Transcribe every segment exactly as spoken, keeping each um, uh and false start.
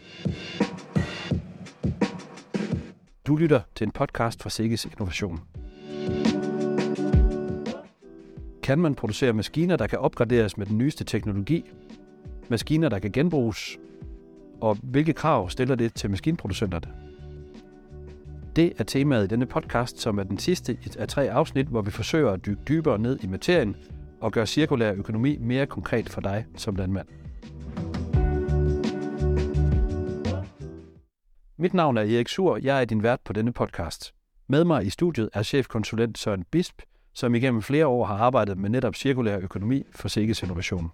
Du lytter til en podcast fra Sikkes Innovation. Kan man producere maskiner, der kan opgraderes med den nyeste teknologi? Maskiner, der kan genbruges? Og hvilke krav stiller det til maskinproducenterne? Det er temaet i denne podcast, som er den sidste af tre afsnit, hvor vi forsøger at dykke dybere ned i materien og gøre cirkulær økonomi mere konkret for dig som landmand. Mit navn er Erik Suhr, jeg er din vært på denne podcast. Med mig i studiet er chefkonsulent Søren Bisp, som igennem flere år har arbejdet med netop cirkulær økonomi for Sikkes Innovation.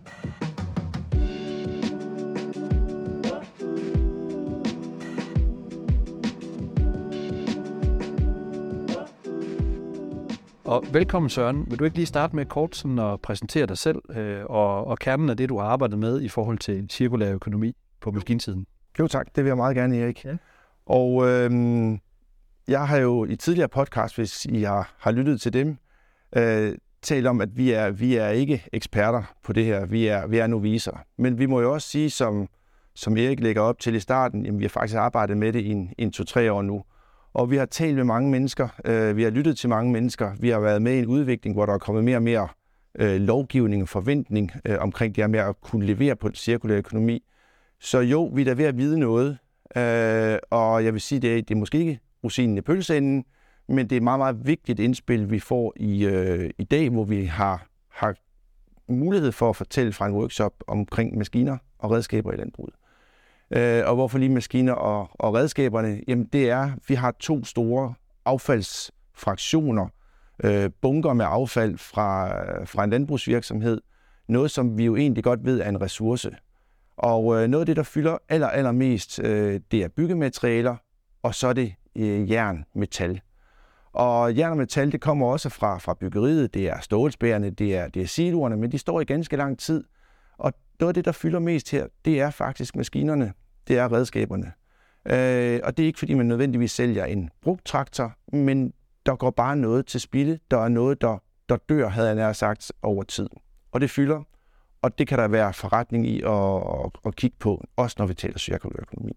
Og velkommen Søren. Vil du ikke lige starte med kort sådan at præsentere dig selv øh, og, og kernen af det, du har arbejdet med i forhold til cirkulær økonomi på maskinsiden? Jo tak, det vil jeg meget gerne, Erik. Ja. Og øhm, jeg har jo i tidligere podcast, hvis I har, har lyttet til dem, øh, talt om, at vi er, vi er ikke eksperter på det her. Vi er, vi er novicer. Men vi må jo også sige, som, som Erik lægger op til i starten, jamen, vi har faktisk arbejdet med det i en, en to-tre år nu. Og vi har talt med mange mennesker, øh, vi har lyttet til mange mennesker, vi har været med i en udvikling, hvor der er kommet mere og mere øh, lovgivning og forventning øh, omkring det her med at kunne levere på cirkulær økonomi. Så jo, vi er da ved at vide noget, øh, og jeg vil sige, det er, det er måske ikke rosinen i pølseenden, men det er et meget, meget vigtigt indspil, vi får i, øh, i dag, hvor vi har, har mulighed for at fortælle fra en workshop omkring maskiner og redskaber i landbruget. Øh, og hvorfor lige maskiner og, og redskaberne? Jamen det er, vi har to store affaldsfraktioner, øh, bunker med affald fra, fra en landbrugsvirksomhed, noget som vi jo egentlig godt ved er en ressource. Og øh, noget af det, der fylder aller, allermest, øh, det er byggematerialer, og så er det øh, jern, metal. Og jern og metal, det kommer også fra, fra byggeriet, det er stålspærene, det er, det er siloerne, men de står i ganske lang tid. Og noget af det, der fylder mest her, det er faktisk maskinerne, det er redskaberne. Øh, og det er ikke, fordi man nødvendigvis sælger en brugt traktor, men der går bare noget til spilde, der er noget, der, der dør, havde jeg nær sagt, over tid. Og det fylder. Og det kan der være forretning i at, at, at kigge på, også når vi taler cirkulær økonomi.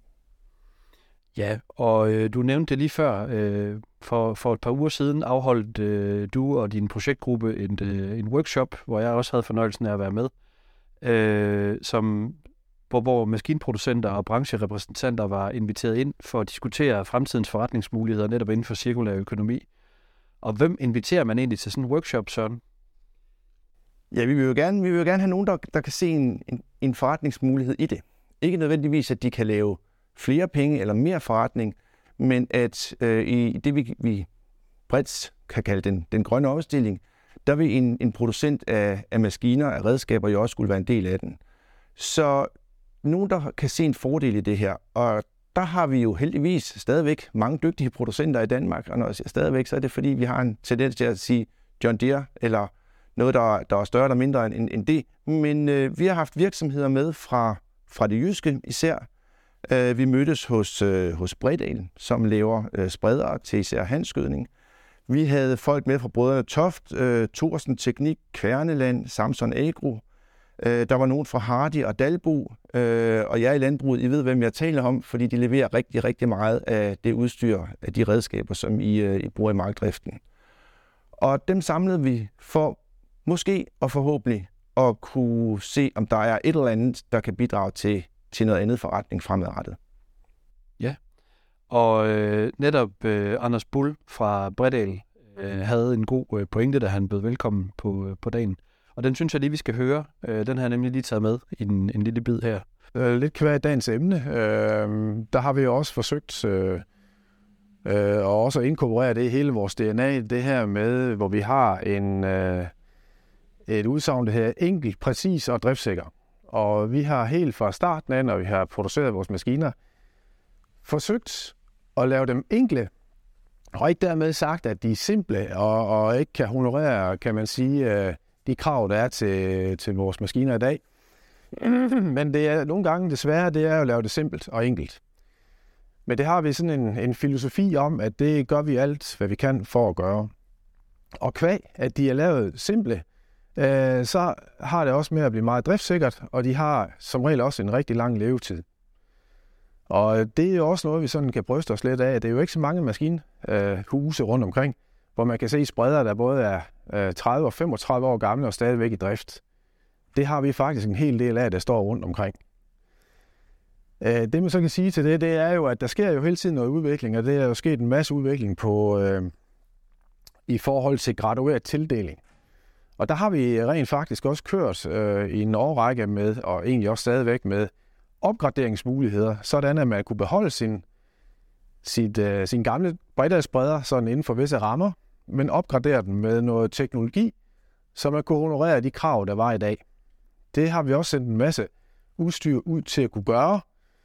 Ja, og øh, du nævnte det lige før. Øh, for, for et par uger siden afholdt øh, du og din projektgruppe en, øh, en workshop, hvor jeg også havde fornøjelsen af at være med, øh, som, hvor, hvor maskinproducenter og brancherepræsentanter var inviteret ind for at diskutere fremtidens forretningsmuligheder netop inden for cirkulær økonomi. Og hvem inviterer man egentlig til sådan en workshop, Søren? Ja, vi vil jo gerne, vi vil jo gerne have nogen, der, der kan se en, en, en forretningsmulighed i det. Ikke nødvendigvis, at de kan lave flere penge eller mere forretning, men at øh, i det, vi, vi bredt kan kalde den, den grønne omstilling, der vil en, en producent af, af maskiner, af redskaber jo også skulle være en del af den. Så nogen, der kan se en fordel i det her, og der har vi jo heldigvis stadigvæk mange dygtige producenter i Danmark, og når jeg siger stadigvæk, så er det fordi, vi har en tendens til at sige John Deere, eller noget, der, der er større eller mindre end, end det. Men øh, vi har haft virksomheder med fra, fra det jyske især. Øh, vi mødtes hos, øh, hos Bredal, som laver øh, spredere til især handskydning. Vi havde folk med fra Brødrene Toft, øh, Thorsen Teknik, Kværneland, Samson Agro. Øh, der var nogen fra Hardy og Dalbo, øh, og jeg i landbruget, I ved, hvem jeg taler om, fordi de leverer rigtig, rigtig meget af det udstyr, af de redskaber, som I, øh, I bruger i markdriften. Og dem samlede vi for måske og forhåbentlig at kunne se, om der er et eller andet, der kan bidrage til, til noget andet forretning fremadrettet. Ja, og øh, netop øh, Anders Bull fra Bredal øh, havde en god øh, pointe, da han bød velkommen på, øh, på dagen. Og den synes jeg lige, vi skal høre. Øh, den har jeg nemlig lige taget med i en, en lille bid her. Øh, lidt kvad dagens emne. Øh, der har vi jo også forsøgt øh, øh, og også at inkorporere det i hele vores D N A. Det her med, hvor vi har en... Øh, et udsagn, det her enkelt, præcis og driftssikker. Og vi har helt fra starten af, når vi har produceret vores maskiner, forsøgt at lave dem enkle, og ikke dermed sagt, at de er simple og, og ikke kan honorere, kan man sige, de krav, der er til, til vores maskiner i dag. Men det er nogle gange desværre, det er at lave det simpelt og enkelt. Men det har vi sådan en, en filosofi om, at det gør vi alt, hvad vi kan for at gøre. Og kvæg, at de er lavet simple, øh, så har det også med at blive meget driftssikkert, og de har som regel også en rigtig lang levetid. Og det er jo også noget, vi sådan kan bryste os lidt af. Det er jo ikke så mange maskinhuse øh, rundt omkring, hvor man kan se spreder, der både er øh, tredive og femogtredive år gamle og stadigvæk i drift. Det har vi faktisk en hel del af, der står rundt omkring. Øh, det man så kan sige til det, det er jo, at der sker jo hele tiden noget udvikling, og det er jo sket en masse udvikling på, øh, i forhold til gradueret tildeling. Og der har vi rent faktisk også kørt øh, i en årrække med, og egentlig også stadigvæk med, opgraderingsmuligheder, sådan at man kunne beholde sin, sit, øh, sin gamle bredderspreder sådan inden for visse rammer, men opgradere den med noget teknologi, så man kunne honorere de krav, der var i dag. Det har vi også sendt en masse udstyr ud til at kunne gøre,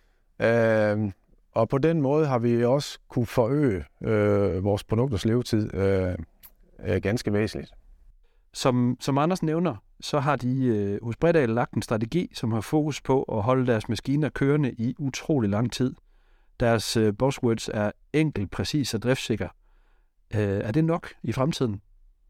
øh, og på den måde har vi også kunne forøge øh, vores produkters levetid øh, øh, ganske væsentligt. Som, som Anders nævner, så har de øh, hos Bredal lagt en strategi, som har fokus på at holde deres maskiner kørende i utrolig lang tid. Deres øh, buzzwords er enkel, præcis og driftssikker. Øh, er det nok i fremtiden?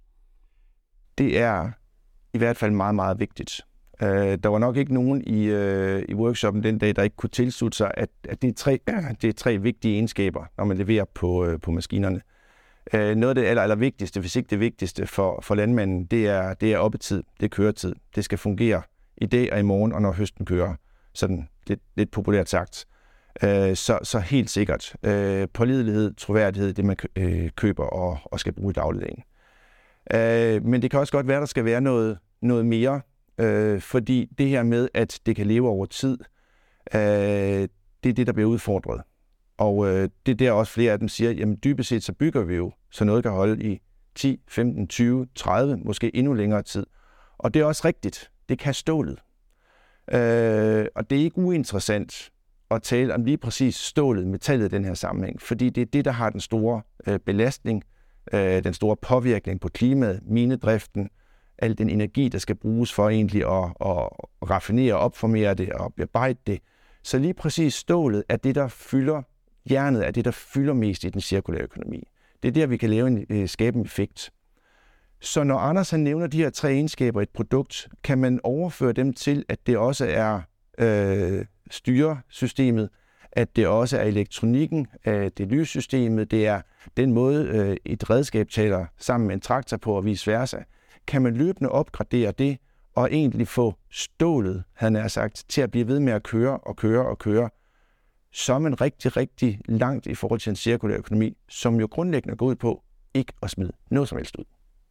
Det er i hvert fald meget, meget vigtigt. Øh, der var nok ikke nogen i, øh, i workshoppen den dag, der ikke kunne tilslutte sig, at, at det, er tre, det er tre vigtige egenskaber, når man leverer på, øh, på maskinerne. Øh, noget af det aller, aller vigtigste, hvis ikke det vigtigste for, for landmanden, det er, det er oppetid, det er køretid. Det skal fungere i dag og i morgen, og når høsten kører. Sådan lidt, lidt populært sagt. Øh, så, så helt sikkert. Øh, pålidelighed, troværdighed, det man øh, køber og, og skal bruge i dagligdagen. Øh, men det kan også godt være, der skal være noget, noget mere, øh, fordi det her med, at det kan leve over tid, øh, det er det, der bliver udfordret. Og øh, det er der også flere af dem siger, jamen dybest set så bygger vi jo, så noget kan holde i ti, femten, tyve, tredive, måske endnu længere tid. Og det er også rigtigt. Det kan stålet. Øh, og det er ikke uinteressant at tale om lige præcis stålet, metallet i den her sammenhæng, fordi det er det, der har den store øh, belastning, øh, den store påvirkning på klimaet, minedriften, al den energi, der skal bruges for egentlig at, at raffinere, opformere det og bearbejde det. Så lige præcis stålet er det, der fylder, jernet er det, der fylder mest i den cirkulære økonomi. Det er der, vi kan lave en, øh, skabe en effekt. Så når Anders han nævner de her tre egenskaber i et produkt, kan man overføre dem til, at det også er øh, styresystemet, at det også er elektronikken, at det er lyssystemet, det er den måde, øh, et redskab taler sammen med en traktor på og vice versa. Kan man løbende opgradere det, og egentlig få stålet, han har sagt, til at blive ved med at køre og køre og køre, så er man rigtig, rigtig langt i forhold til en cirkulær økonomi, som jo grundlæggende går ud på ikke at smide noget som helst ud.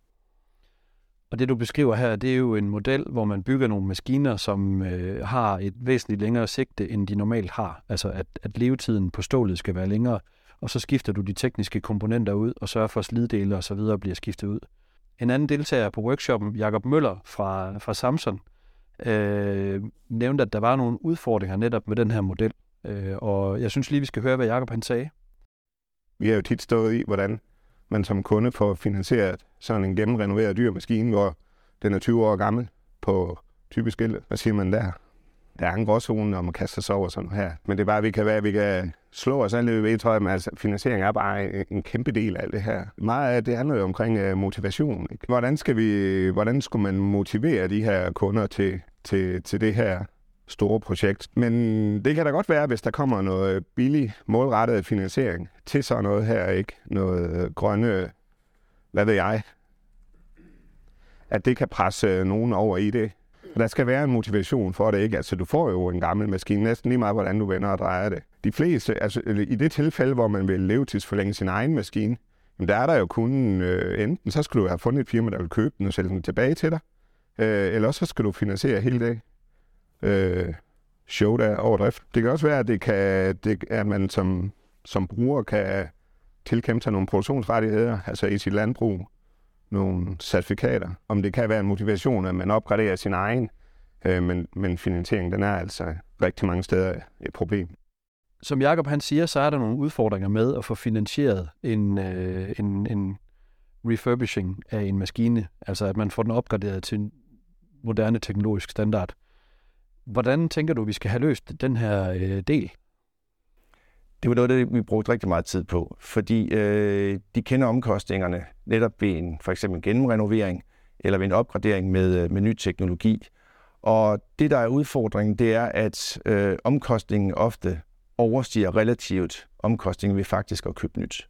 Og det du beskriver her, det er jo en model, hvor man bygger nogle maskiner, som øh, har et væsentligt længere sigte, end de normalt har. Altså at, at levetiden på stålet skal være længere, og så skifter du de tekniske komponenter ud, og sørger for, at sliddele og så videre bliver skiftet ud. En anden deltager på workshoppen, Jakob Møller fra, fra Samson, øh, nævnte, at der var nogle udfordringer netop med den her model. Øh, og jeg synes lige, vi skal høre, hvad Jakob han sagde. Vi har jo tit stået i, hvordan man som kunde får finansieret sådan en gennemrenoveret dyr maskine, hvor den er tyve år gammel på typisk gæld. Hvad siger man der? Der er en gråzone, når man kaster sig over sådan her. Men det er bare, vi kan være, vi kan slå os alle ved, tror jeg, men altså, finansiering er bare en kæmpe del af det her. Meget af det handler jo omkring uh, motivation. Ikke? Hvordan, skal vi, hvordan skulle man motivere de her kunder til, til, til det her store projekt? Men det kan da godt være, hvis der kommer noget billig, målrettet finansiering til sådan noget her, ikke? Noget grønne, hvad ved jeg, at det kan presse nogen over i det. Der skal være en motivation for det, ikke? Altså, du får jo en gammel maskine, næsten lige meget, hvordan du vender og drejer det. De fleste, altså i det tilfælde, hvor man vil levetidsforlænge sin egen maskine, jamen, der er der jo kun øh, enten, så skal du have fundet et firma, der vil købe den og sælge den tilbage til dig, øh, eller så skal du finansiere hele det øh, show der over drift. Det kan også være, at, det kan, det, at man som, som bruger kan tilkæmpe sig nogle produktionsrettigheder, altså i sit landbrug, nogle certifikater. Om det kan være en motivation, at man opgraderer sin egen, øh, men, men finansieringen, den er altså rigtig mange steder et problem. Som Jakob han siger, så er der nogle udfordringer med at få finansieret en, øh, en, en refurbishing af en maskine, altså at man får den opgraderet til en moderne teknologisk standard. Hvordan tænker du, vi skal have løst den her øh, del? Det var noget, det vi brugte rigtig meget tid på, fordi øh, de kender omkostningerne netop ved en, for eksempel en gennemrenovering eller ved en opgradering med, med ny teknologi. Og det, der er udfordringen, det er, at øh, omkostningen ofte overstiger relativt omkostningen ved faktisk at købe nyt.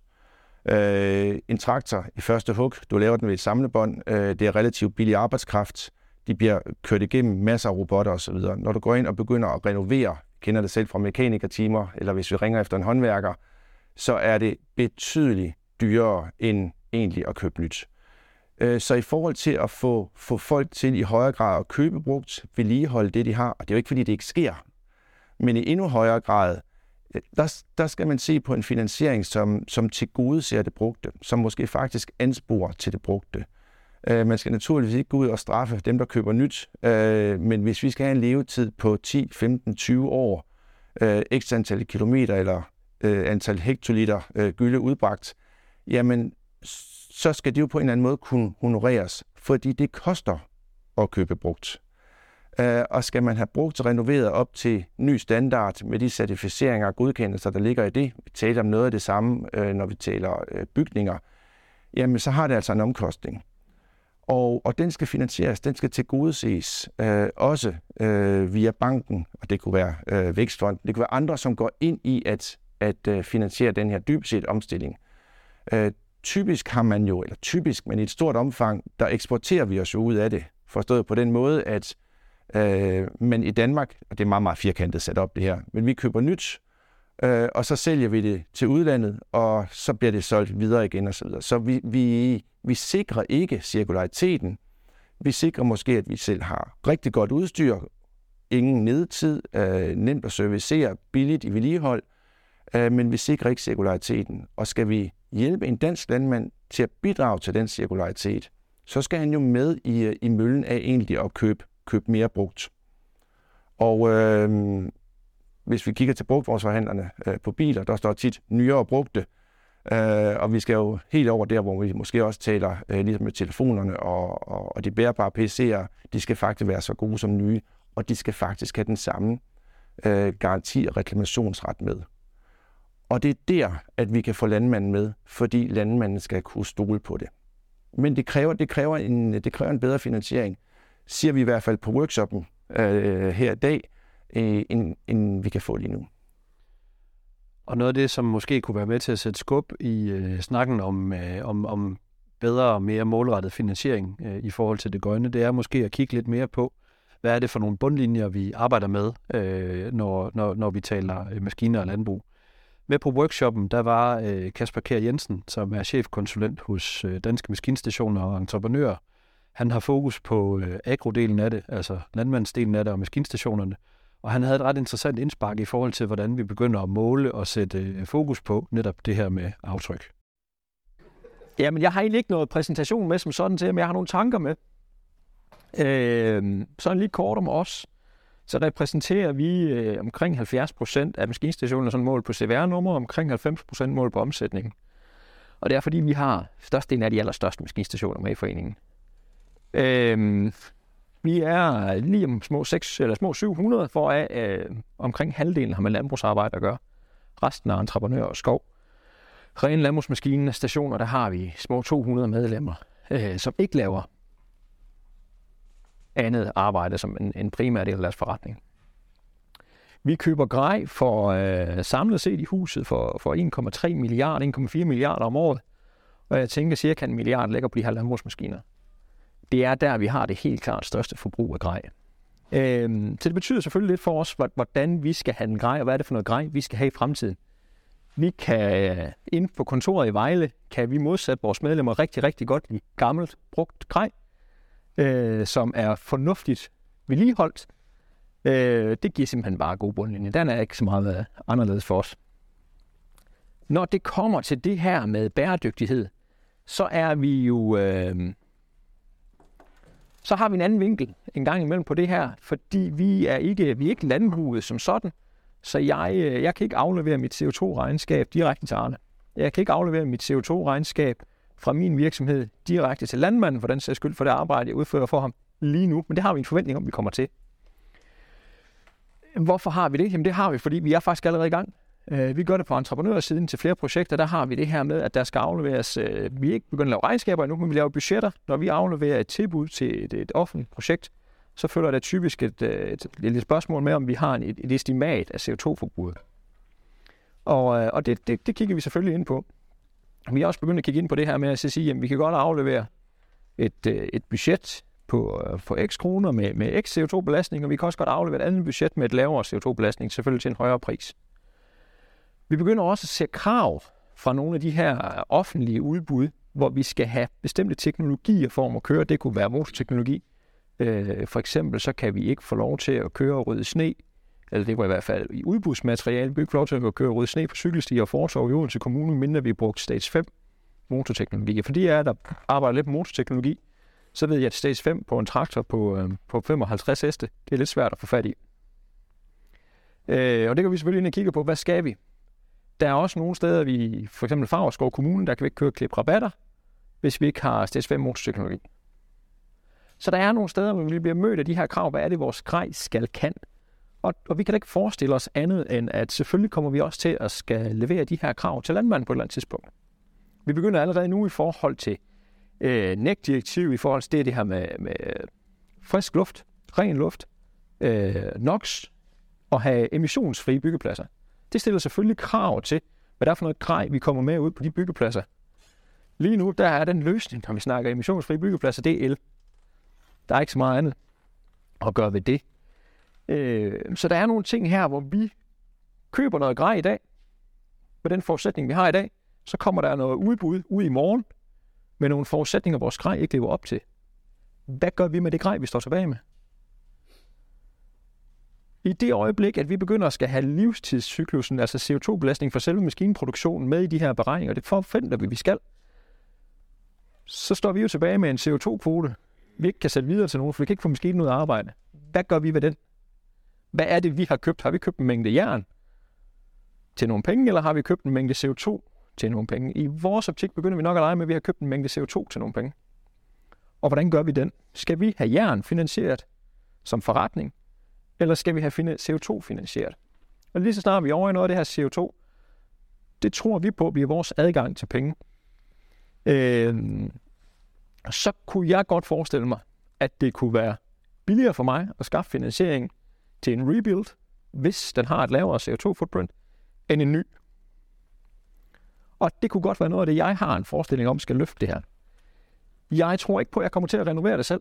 Øh, en traktor i første hug, du laver den ved et samlebånd, øh, det er relativt billig arbejdskraft, de bliver kørt igennem masser af robotter osv. Når du går ind og begynder at renovere, kender det selv fra mekanikertimer, eller hvis vi ringer efter en håndværker, så er det betydeligt dyrere end egentlig at købe nyt. Øh, så i forhold til at få, få folk til i højere grad at købe brugt, vedligeholde det, de har, og det er jo ikke fordi, det ikke sker, men i endnu højere grad, Der, der skal man se på en finansiering, som, som tilgodeser det brugte, som måske faktisk ansporer til det brugte. Uh, man skal naturligvis ikke gå ud og straffe dem, der køber nyt, uh, men hvis vi skal have en levetid på ti, femten, tyve år, uh, x antal kilometer eller uh, antal hektoliter uh, gylde udbragt, jamen så skal det jo på en eller anden måde kunne honoreres, fordi det koster at købe brugt. Uh, og skal man have brugt og renoveret op til ny standard med de certificeringer og godkendelser, der ligger i det, vi taler om noget af det samme, uh, når vi taler uh, bygninger, jamen så har det altså en omkostning. Og, og den skal finansieres, den skal tilgodeses, uh, også uh, via banken, og det kunne være uh, Vækstfonden, det kunne være andre, som går ind i at, at uh, finansiere den her dybest set omstilling. Uh, typisk har man jo, eller typisk, men i et stort omfang, der eksporterer vi os jo ud af det, forstået på den måde, at Øh, men i Danmark, og det er meget, meget firkantet sat op det her, men vi køber nyt, øh, og så sælger vi det til udlandet, og så bliver det solgt videre igen osv. Så, så vi, vi, vi sikrer ikke cirkulariteten. Vi sikrer måske, at vi selv har rigtig godt udstyr, ingen nedtid, øh, nemt at servicere, billigt i vedligehold, øh, men vi sikrer ikke cirkulariteten. Og skal vi hjælpe en dansk landmand til at bidrage til den cirkularitet, så skal han jo med i, i møllen af egentlig at købe købe mere brugt. Og øh, hvis vi kigger til brugtvognsforhandlerne øh, på biler, der står tit nyere brugte, øh, og vi skal jo helt over der, hvor vi måske også taler øh, ligesom med telefonerne og, og, og de bærbare P C'er, de skal faktisk være så gode som nye, og de skal faktisk have den samme øh, garanti og reklamationsret med. Og det er der, at vi kan få landmanden med, fordi landmanden skal kunne stole på det. Men det kræver, det kræver, en, det kræver en bedre finansiering, siger vi i hvert fald på workshoppen øh, her i dag, øh, end, end vi kan få lige nu. Og noget af det, som måske kunne være med til at sætte skub i øh, snakken om, øh, om, om bedre og mere målrettet finansiering øh, i forhold til det grønne, det er måske at kigge lidt mere på, hvad er det for nogle bundlinjer, vi arbejder med, øh, når, når, når vi taler øh, maskiner og landbrug. Med på workshoppen, der var øh, Kasper Kjær Jensen, som er chefkonsulent hos øh, Danske Maskinstationer og Entreprenører. Han har fokus på øh, agrodelen af det, altså landmandsdelen af det og maskinstationerne. Og han havde et ret interessant indspark i forhold til, hvordan vi begynder at måle og sætte øh, fokus på netop det her med aftryk. Jamen, jeg har egentlig ikke noget præsentation med som sådan til, men jeg har nogle tanker med. Øh, sådan lige kort om os. Så repræsenterer vi øh, omkring halvfjerds procent af maskinstationerne sådan mål på C V R-nummer, og omkring halvfems procent mål på omsætningen. Og det er fordi, vi har størstedelen af de allerstørste maskinstationer med i foreningen. Øh, vi er lige om små, seks, eller små syv hundrede, for af øh, omkring halvdelen har med landbrugsarbejde at gøre. Resten er entreprenører og skov. Rene landbrugsmaskiner stationer, der har vi små to hundrede medlemmer, øh, som ikke laver andet arbejde som en, en primær del af deres forretning. Vi køber grej for øh, samlet set i huset for, for en komma tre milliarder, en komma fire milliarder om året. Og jeg tænker cirka en milliard ligger på de her landbrugsmaskiner. Det er der, vi har det helt klart største forbrug af grej. Øhm, så det betyder selvfølgelig lidt for os, hvordan vi skal have den grej, og hvad er det for noget grej, vi skal have i fremtiden. Vi kan, inden på kontoret i Vejle, kan vi modsat vores medlemmer rigtig, rigtig godt lide gammelt, brugt grej, øh, som er fornuftigt vedligeholdt. Øh, det giver simpelthen bare god bundlinje. Den er ikke så meget anderledes for os. Når det kommer til det her med bæredygtighed, så er vi jo... Øh, Så har vi en anden vinkel en gang imellem på det her, fordi vi er ikke, vi er ikke landbruget som sådan, så jeg, jeg kan ikke aflevere mit C O to regnskab direkte til Arne. Jeg kan ikke aflevere mit C O to regnskab fra min virksomhed direkte til landmanden, for den sags skyld for det arbejde, jeg udfører for ham lige nu, men det har vi en forventning om, vi kommer til. Hvorfor har vi det? Jamen det har vi, fordi vi er faktisk allerede i gang. Vi gør det på entreprenørsiden til flere projekter. Der har vi det her med, at der skal afleveres... Vi er ikke begyndt at lave regnskaber endnu, men vi laver budgetter. Når vi afleverer et tilbud til et, et offentligt projekt, så følger der typisk et, et, et lille spørgsmål med, om vi har et, et estimat af C O to forbruget. Og, øh, og det, det, det kigger vi selvfølgelig ind på. Vi er også begyndt at kigge ind på det her med at sige, at vi kan godt aflevere et, øh, et budget på, øh, for x kroner med, med x C O to belastning, og vi kan også godt aflevere et andet budget med et lavere C O to belastning, selvfølgelig til en højere pris. Vi begynder også at se krav fra nogle af de her offentlige udbud, hvor vi skal have bestemte teknologier for at køre. Det kunne være motorteknologi. Øh, for eksempel så kan vi ikke få lov til at køre rød sne, eller det var i hvert fald i udbudsmateriale, vi kan ikke få lov til at køre rød sne på cykelstier og fortov i Odense Kommune, mindre vi brugt Stage fem motorteknologi. Fordi jeg er der arbejder lidt med motorteknologi, så ved jeg, at Stage fem på en traktor på, øh, på femoghalvtreds heste, det er lidt svært at få fat i. Øh, og det kan vi selvfølgelig ind og kigge på, hvad skal vi? Der er også nogle steder, vi for eksempel Favrskov Kommune, der kan vi ikke køre klip-rabatter, hvis vi ikke har Stage fem motorteknologi. Så der er nogle steder, hvor vi bliver mødt af de her krav, hvad er det, vores grej skal kan. Og, og vi kan da ikke forestille os andet, end at selvfølgelig kommer vi også til at skal levere de her krav til landmanden på et eller andet tidspunkt. Vi begynder allerede nu i forhold til øh, N E C-direktiv, i forhold til det, det her med, med frisk luft, ren luft, øh, NOx og have emissionsfrie byggepladser. Det stiller selvfølgelig krav til, hvad der er for noget grej, vi kommer med ud på de byggepladser. Lige nu, der er den løsning, når vi snakker emissionsfrie byggepladser, det er el. Der er ikke så meget andet at gøre ved det. Øh, så der er nogle ting her, hvor vi køber noget grej i dag, med den forudsætning, vi har i dag, så kommer der noget udbud ud i morgen, med nogle forudsætninger, vores grej ikke lever op til. Hvad gør vi med det grej, vi står tilbage med? I det øjeblik, at vi begynder at skal have livstidscyklusen, altså C O to belastning for selve maskinproduktionen med i de her beregninger, det forventer vi, vi skal, så står vi jo tilbage med en C O to kvote, vi ikke kan sætte videre til nogen, for vi kan ikke få maskinen ud af arbejde. Hvad gør vi ved den? Hvad er det, vi har købt? Har vi købt en mængde jern til nogle penge, eller har vi købt en mængde C O to til nogle penge? I vores optik begynder vi nok at lege med, at vi har købt en mængde C O to til nogle penge. Og hvordan gør vi den? Skal vi have jern finansieret som forretning, eller skal vi have C O to finansieret? Og lige så snart vi er over i noget af det her C O to, det tror vi på bliver vores adgang til penge. Øh, så kunne jeg godt forestille mig, at det kunne være billigere for mig at skaffe finansiering til en rebuild, hvis den har et lavere C O to footprint, end en ny. Og det kunne godt være noget af det, jeg har en forestilling om, skal løfte det her. Jeg tror ikke på, at jeg kommer til at renovere det selv.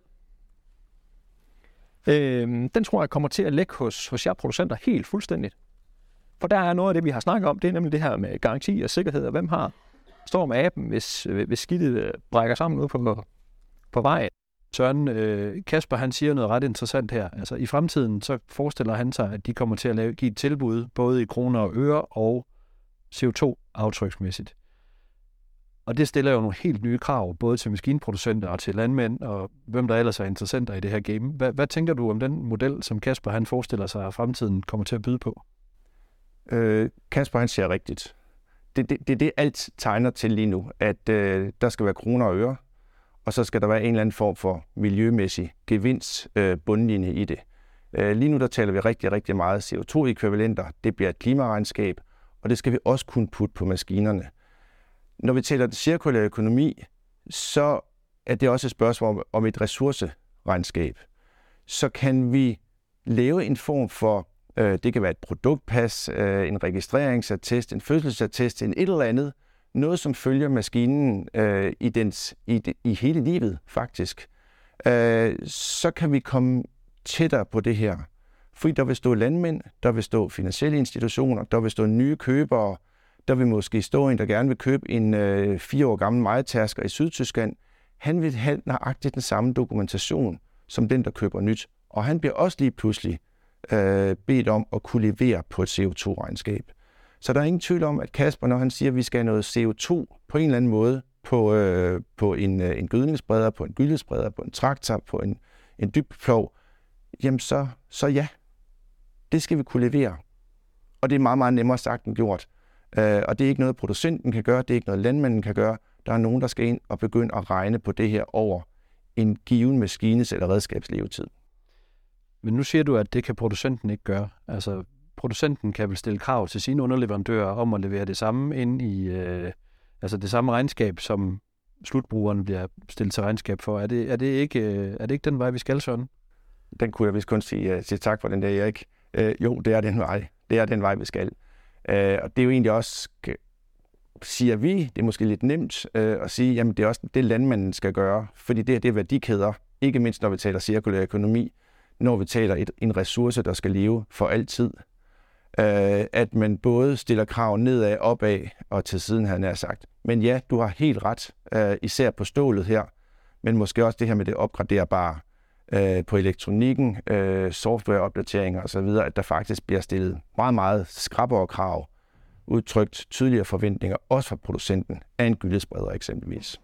Øhm, den tror jeg kommer til at lægge hos, hos jer producenter helt fuldstændigt. For der er noget af det, vi har snakket om, det er nemlig det her med garanti og sikkerhed, og hvem har står med aben, hvis, hvis skidtet brækker sammen ud på, på vejen. Søren, øh, Kasper, han siger noget ret interessant her. Altså i fremtiden, så forestiller han sig, at de kommer til at lave, give et tilbud, både i kroner og øre og C O to aftryksmæssigt. Og det stiller jo nogle helt nye krav, både til maskinproducenter og til landmænd, og hvem der ellers er interessenter i det her game. Hvad, hvad tænker du om den model, som Kasper han forestiller sig, at fremtiden kommer til at byde på? Øh, Kasper han siger rigtigt. Det er det, det, det, alt tegner til lige nu, at øh, der skal være kroner og øre, og så skal der være en eller anden form for miljømæssig gevinst øh, bundlinje i det. Øh, lige nu der taler vi rigtig, rigtig meget C O to ekvivalenter. Det bliver et klimaregnskab, og det skal vi også kunne putte på maskinerne. Når vi taler cirkulær økonomi, så er det også et spørgsmål om et ressourceregnskab. Så kan vi lave en form for, øh, det kan være et produktpas, øh, en registreringsattest, en fødselsattest, en et eller andet, noget som følger maskinen øh, i, dens, i, de, i hele livet faktisk. Øh, så kan vi komme tættere på det her. Fordi der vil stå landmænd, der vil stå finansielle institutioner, der vil stå nye købere, der vil måske stå en, der gerne vil købe en øh, fire år gammel mejetærsker i Sydtyskland. Han vil have nøjagtigt den samme dokumentation som den, der køber nyt. Og han bliver også lige pludselig øh, bedt om at kunne levere på et C O to regnskab. Så der er ingen tvivl om, at Kasper, når han siger, at vi skal have noget C O to på en eller anden måde på, øh, på en, øh, en gødningsspreder, på en gyldespreder, på en traktor, på en, en dybplov, jamen så, så ja, det skal vi kunne levere. Og det er meget, meget nemmere sagt end gjort. Uh, og det er ikke noget, producenten kan gøre, det er ikke noget, landmanden kan gøre. Der er nogen, der skal ind og begynde at regne på det her over en given maskines eller redskabslevetid. Men nu siger du, at det kan producenten ikke gøre. Altså, producenten kan vel stille krav til sine underleverandører om at levere det samme ind i, øh, altså det samme regnskab, som slutbrugeren bliver stillet til regnskab for. Er det, er det, ikke, øh, er det ikke den vej, vi skal, Søren? Den kunne jeg vist kun sige, uh, sige tak for den der, Erik. Uh, jo, det er den vej. Det er den vej, vi skal. Øh, og det er jo egentlig også, siger vi, det er måske lidt nemt øh, at sige, jamen det er også det, landmanden skal gøre, fordi det, det er værdikæder, ikke mindst når vi taler cirkulær økonomi, når vi taler et, en ressource, der skal leve for altid. Øh, at man både stiller krav nedad, opad og til siden, han har sagt. Men ja, du har helt ret, øh, især på stålet her, men måske også det her med det opgraderbare øh, på elektronikken, øh, softwareopdateringer osv., at der faktisk bliver stillet meget, meget skrappere krav, udtrykt tydeligere forventninger, også fra producenten af en gyldespreder eksempelvis.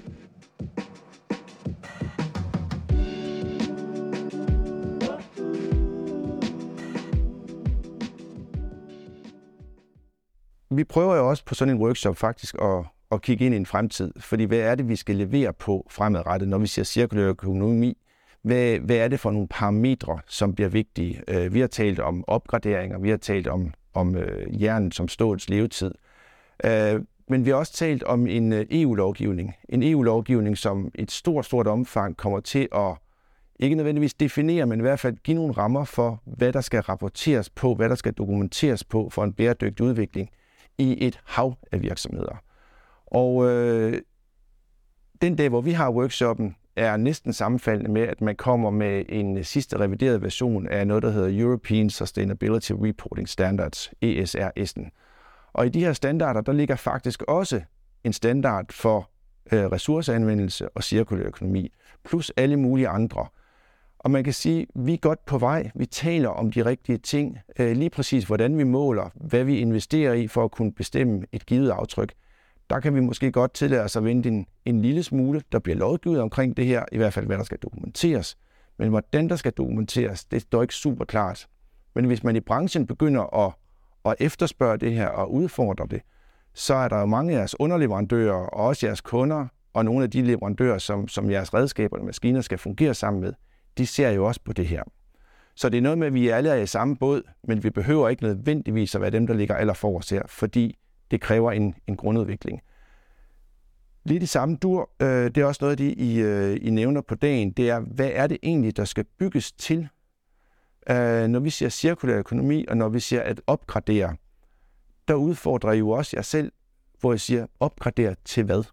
Vi prøver jo også på sådan en workshop faktisk at, at kigge ind i en fremtid, fordi hvad er det, vi skal levere på fremadrettet, når vi siger cirkulær økonomi? Hvad, hvad er det for nogle parametre, som bliver vigtige? Vi har talt om opgraderinger, vi har talt om, om jern som ståls levetid, men vi har også talt om en E U-lovgivning. En E U-lovgivning, som et stort, stort omfang kommer til at ikke nødvendigvis definere, men i hvert fald give nogle rammer for, hvad der skal rapporteres på, hvad der skal dokumenteres på for en bæredygtig udvikling i et hav af virksomheder. Og øh, den dag, hvor vi har workshoppen, er næsten sammenfaldende med, at man kommer med en sidste revideret version af noget, der hedder European Sustainability Reporting Standards, E S R S'en. Og i de her standarder, der ligger faktisk også en standard for øh, ressourceanvendelse og cirkulær økonomi, plus alle mulige andre. Og man kan sige, at vi er godt på vej. Vi taler om de rigtige ting. Lige præcis, hvordan vi måler, hvad vi investerer i for at kunne bestemme et givet aftryk. Der kan vi måske godt tillade os at vente en, en lille smule. Der bliver lovgivet omkring det her, i hvert fald hvad der skal dokumenteres. Men hvordan der skal dokumenteres, det står ikke super klart. Men hvis man i branchen begynder at, at efterspørge det her og udfordre det, så er der jo mange af jeres underleverandører og også jeres kunder og nogle af de leverandører, som, som jeres redskaber og maskiner skal fungere sammen med, de ser jo også på det her. Så det er noget med, at vi alle er i samme båd, men vi behøver ikke nødvendigvis at være dem, der ligger allerforrest her, fordi det kræver en, en grundudvikling. Lidt i samme dur, øh, det er også noget af det, I, øh, I nævner på dagen, det er, hvad er det egentlig, der skal bygges til? Øh, når vi siger cirkulær økonomi, og når vi siger at opgradere, der udfordrer I jo også jer selv, hvor I siger opgradere til hvad?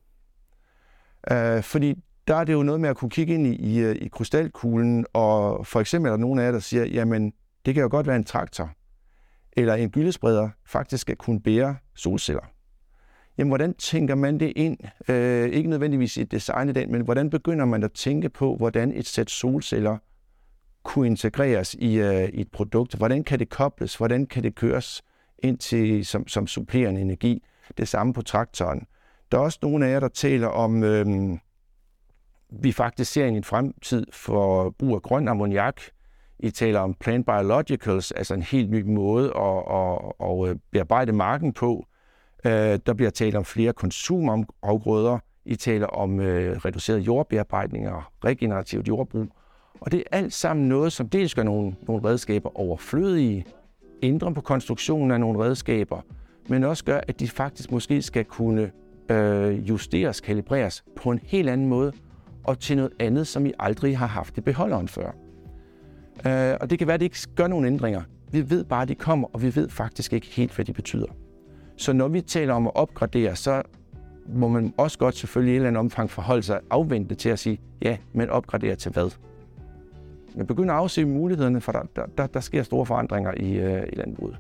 Øh, fordi der er det jo noget med at kunne kigge ind i, i, i krystalkuglen, og for eksempel er der nogen af jer, der siger, jamen, det kan jo godt være en traktor, eller en gyldespreder faktisk skal kunne bære solceller. Jamen, hvordan tænker man det ind? Øh, ikke nødvendigvis i designet den, men hvordan begynder man at tænke på, hvordan et sæt solceller kunne integreres i, øh, i et produkt? Hvordan kan det kobles? Hvordan kan det køres ind til som, som supplerende energi? Det samme på traktoren. Der er også nogle af jer, der taler om, øh, vi faktisk ser ind i en fremtid for brug af grøn ammoniak. I taler om plant biologicals, altså en helt ny måde at, at, at bearbejde marken på. Der bliver talt om flere konsumafgrøder. I taler om reduceret jordbearbejdning og regenerativt jordbrug. Og det er alt sammen noget, som dels gør nogle, nogle redskaber overflødige, ændrer på konstruktionen af nogle redskaber, men også gør, at de faktisk måske skal kunne øh, justeres, kalibreres på en helt anden måde, og til noget andet, som I aldrig har haft i beholderen før. Øh, og det kan være, at det ikke gør nogen ændringer. Vi ved bare, at de kommer, og vi ved faktisk ikke helt, hvad de betyder. Så når vi taler om at opgradere, så må man også godt selvfølgelig i et eller andet omfang forholde sig afventende til at sige, ja, men opgradere til hvad? Man begynder at afse mulighederne, for der, der, der, der sker store forandringer i, øh, i landbruget.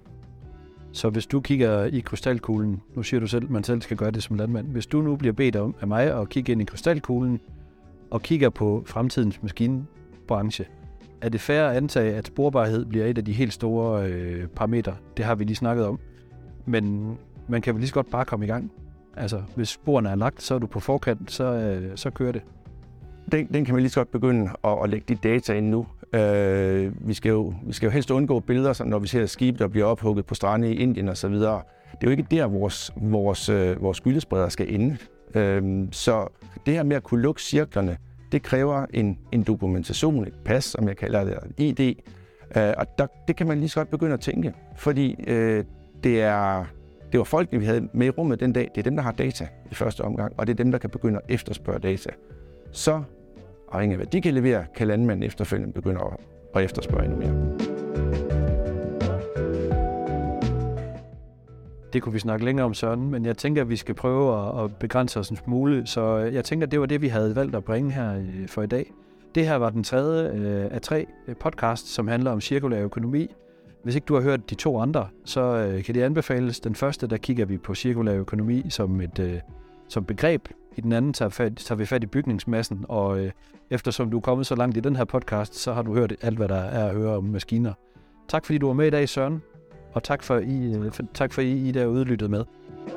Så hvis du kigger i krystalkuglen, nu siger du selv, at man selv skal gøre det som landmand. Hvis du nu bliver bedt om af mig at kigge ind i krystalkuglen og kigger på fremtidens maskinbranche, er det fair at antage, at sporbarhed bliver et af de helt store øh, parametre? Det har vi lige snakket om. Men man kan vel lige så godt bare komme i gang. Altså, hvis sporene er lagt, så er du på forkant, så, øh, så kører det. Den, den kan man lige så godt begynde at, at lægge de data ind nu. Øh, vi, skal jo, vi skal jo helst undgå billeder, som når vi ser skibe, der bliver ophugget på strande i Indien osv. Det er jo ikke der, vores, vores, øh, vores gyldespreder skal ende. Øh, så det her med at kunne lukke cirklerne, det kræver en, en dokumentation, et pas, som jeg kalder det, et I D. Øh, og der, det kan man lige så godt begynde at tænke, fordi øh, det er... Det var folkene, vi havde med i rummet den dag. Det er dem, der har data i første omgang, og det er dem, der kan begynde at efterspørge data. Så, afhængig af hvad de kan levere, kan landmanden efterfølgende begynde at efterspørge endnu mere. Det kunne vi snakke længere om, Søren, men jeg tænker, at vi skal prøve at, at begrænse os en smule, så jeg tænker, at det var det, vi havde valgt at bringe her øh, for i dag. Det her var den tredje øh, af tre podcast, som handler om cirkulær økonomi. Hvis ikke du har hørt de to andre, så øh, kan det anbefales. Den første, der kigger vi på cirkulær økonomi som et øh, som begreb. I den anden tager, fat, tager vi fat i bygningsmassen, og øh, eftersom du er kommet så langt i den her podcast, så har du hørt alt, hvad der er at høre om maskiner. Tak fordi du var med i dag, Søren, og tak for I, øh, for, tak for I, I der udlyttede med.